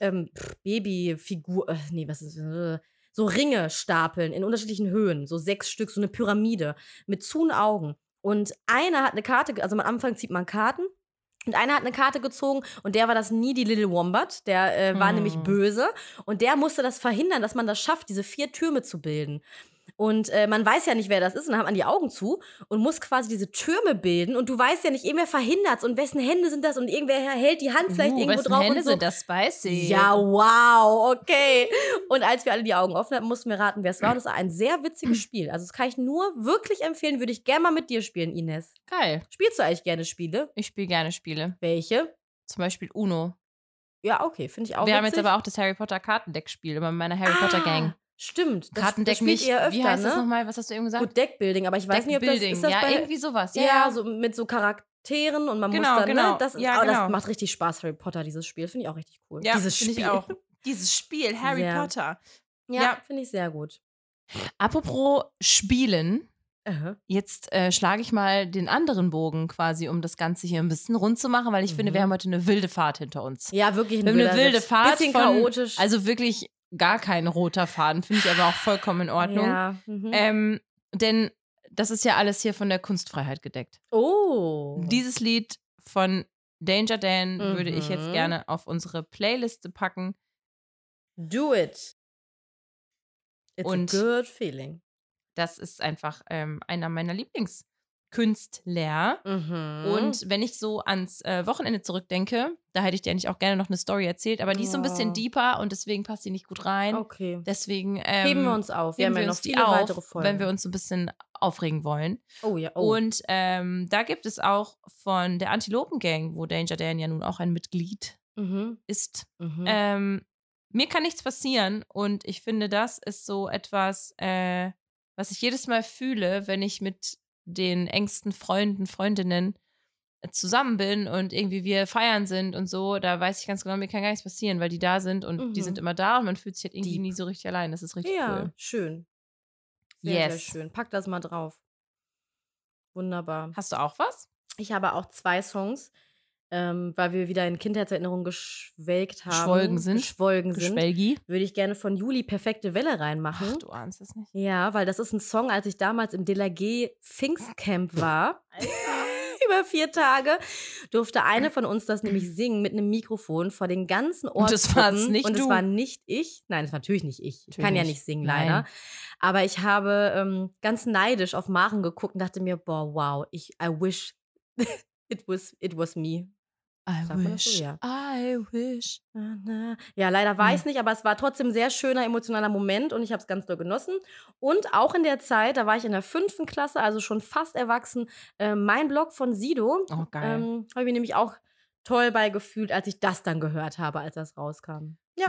Babyfigur, so Ringe stapeln in unterschiedlichen Höhen, so 6 Stück, so eine Pyramide mit zu Augen. Und einer hat eine Karte, also am Anfang zieht man Karten. Und einer hat eine Karte gezogen und der war das Needy Little Wombat. Der war nämlich böse. Und der musste das verhindern, dass man das schafft, diese 4 Türme zu bilden. Und man weiß ja nicht, wer das ist. Und dann hat man die Augen zu und muss quasi diese Türme bilden. Und du weißt ja nicht, irgendwer verhindert's und wessen Hände sind das und irgendwer hält die Hand vielleicht irgendwo drauf. Hände und so. sind das spicy. Ja, wow, okay. Und als wir alle die Augen offen hatten, mussten wir raten, wer es war. Und es war ein sehr witziges Spiel. Also das kann ich nur wirklich empfehlen. Würde ich gerne mal mit dir spielen, Ines. Geil. Spielst du eigentlich gerne Spiele? Ich spiele gerne Spiele. Welche? Zum Beispiel Uno. Ja, okay, finde ich auch Wir witzig. haben jetzt aber auch das Harry Potter Kartendeck-Spiel immer mit meiner Harry Potter Gang. Stimmt. Kartendeck das spielt nicht. ihr öfter, Wie heißt ne? das nochmal? Was hast du eben gesagt? Gut, Deckbuilding, aber ich weiß nicht, ob das ist das ja, bei, irgendwie sowas. Ja, so mit so Charakteren und man muss dann, genau. Ne? Das macht richtig Spaß, Harry Potter, dieses Spiel. Finde ich auch richtig cool. Ja, dieses finde ich auch. Dieses Spiel, Harry Potter. Ja, finde ich sehr gut. Apropos Spielen, jetzt schlage ich mal den anderen Bogen quasi, um das Ganze hier ein bisschen rund zu machen, weil ich finde, wir haben heute eine wilde Fahrt hinter uns. Ja, wirklich eine wilde Fahrt. Bisschen chaotisch. Also wirklich gar kein roter Faden, finde ich aber auch vollkommen in Ordnung. Ja. Denn das ist ja alles hier von der Kunstfreiheit gedeckt. Oh. Dieses Lied von Danger Dan würde ich jetzt gerne auf unsere Playliste packen. Do it. It's Und a good feeling. Das ist einfach einer meiner Lieblingskünstler. Und wenn ich so ans Wochenende zurückdenke, da hätte ich dir eigentlich auch gerne noch eine Story erzählt, aber die ist so ein bisschen deeper und deswegen passt die nicht gut rein. Okay. Deswegen heben wir uns auf. Wir haben ja noch viele weitere Folgen. Wenn wir uns so ein bisschen aufregen wollen. Oh ja, Und da gibt es auch von der Antilopen-Gang, wo Danger Dan ja nun auch ein Mitglied ist. Mir kann nichts passieren und ich finde, das ist so etwas, was ich jedes Mal fühle, wenn ich mit den engsten Freunden, Freundinnen zusammen bin und irgendwie wir feiern sind und so, da weiß ich ganz genau, mir kann gar nichts passieren, weil die da sind und die sind immer da und man fühlt sich halt irgendwie nie so richtig allein. Das ist richtig cool. Ja, schön. Sehr, sehr schön. Pack das mal drauf. Wunderbar. Hast du auch was? Ich habe auch 2 Songs, weil wir wieder in Kindheitserinnerungen geschwelgt haben. Geschwolgen sind. Würde ich gerne von Juli Perfekte Welle reinmachen. Ach, du ahnst es nicht. Ja, weil das ist ein Song, als ich damals im DLRG Pfingstcamp war. Über 4 Tage durfte eine von uns das nämlich singen mit einem Mikrofon vor den ganzen Ortsgruppen. Und das war nicht Und du. es war nicht ich. Nein, es war natürlich nicht ich. Ich kann ja nicht singen, leider. Aber ich habe ganz neidisch auf Maren geguckt und dachte mir, boah, wow, I wish it was me. I wish. Ja, leider war ich es nicht, aber es war trotzdem ein sehr schöner, emotionaler Moment und ich habe es ganz doll genossen. Und auch in der Zeit, da war ich in der 5. Klasse, also schon fast erwachsen, mein Blog von Sido. Oh, geil. Habe ich mir nämlich auch toll bei gefühlt, als ich das dann gehört habe, als das rauskam. Ja.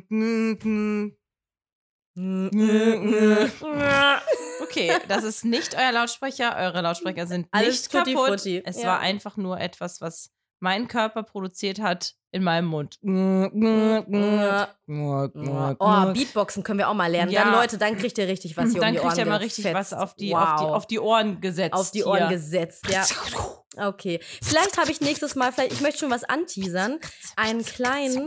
Okay, das ist nicht euer Lautsprecher. Eure Lautsprecher sind alles nicht kaputt. Frutti. Es war einfach nur etwas, was mein Körper produziert hat in meinem Mund. Beatboxen können wir auch mal lernen. Ja. Dann, Leute, dann kriegt ihr richtig was hier um die Ohren. Dann kriegt ihr mal richtig was auf die Ohren gesetzt. Auf die Ohren gesetzt, ja. Okay. Vielleicht habe ich nächstes Mal, ich möchte schon was anteasern, einen kleinen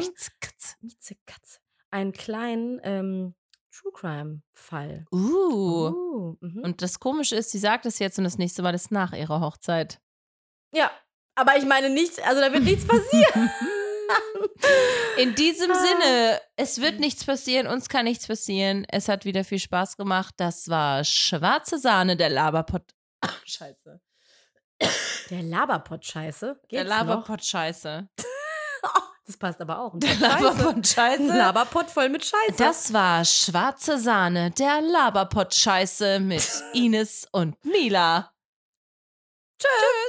True Crime-Fall. Und das Komische ist, sie sagt es jetzt und das nächste Mal ist nach ihrer Hochzeit. Ja, aber ich meine nicht, also da wird nichts passieren. In diesem Sinne, es wird nichts passieren, uns kann nichts passieren. Es hat wieder viel Spaß gemacht. Das war Schwarze Sahne, der Laberpott. Scheiße. Der Laberpott-Scheiße? Der Laberpott-Scheiße. Das passt aber auch. Der Laberpott-Scheiße. Ein Laberpott voll mit Scheiße. Das war Schwarze Sahne, der Laberpott-Scheiße mit Ines und Mila. Tschüss.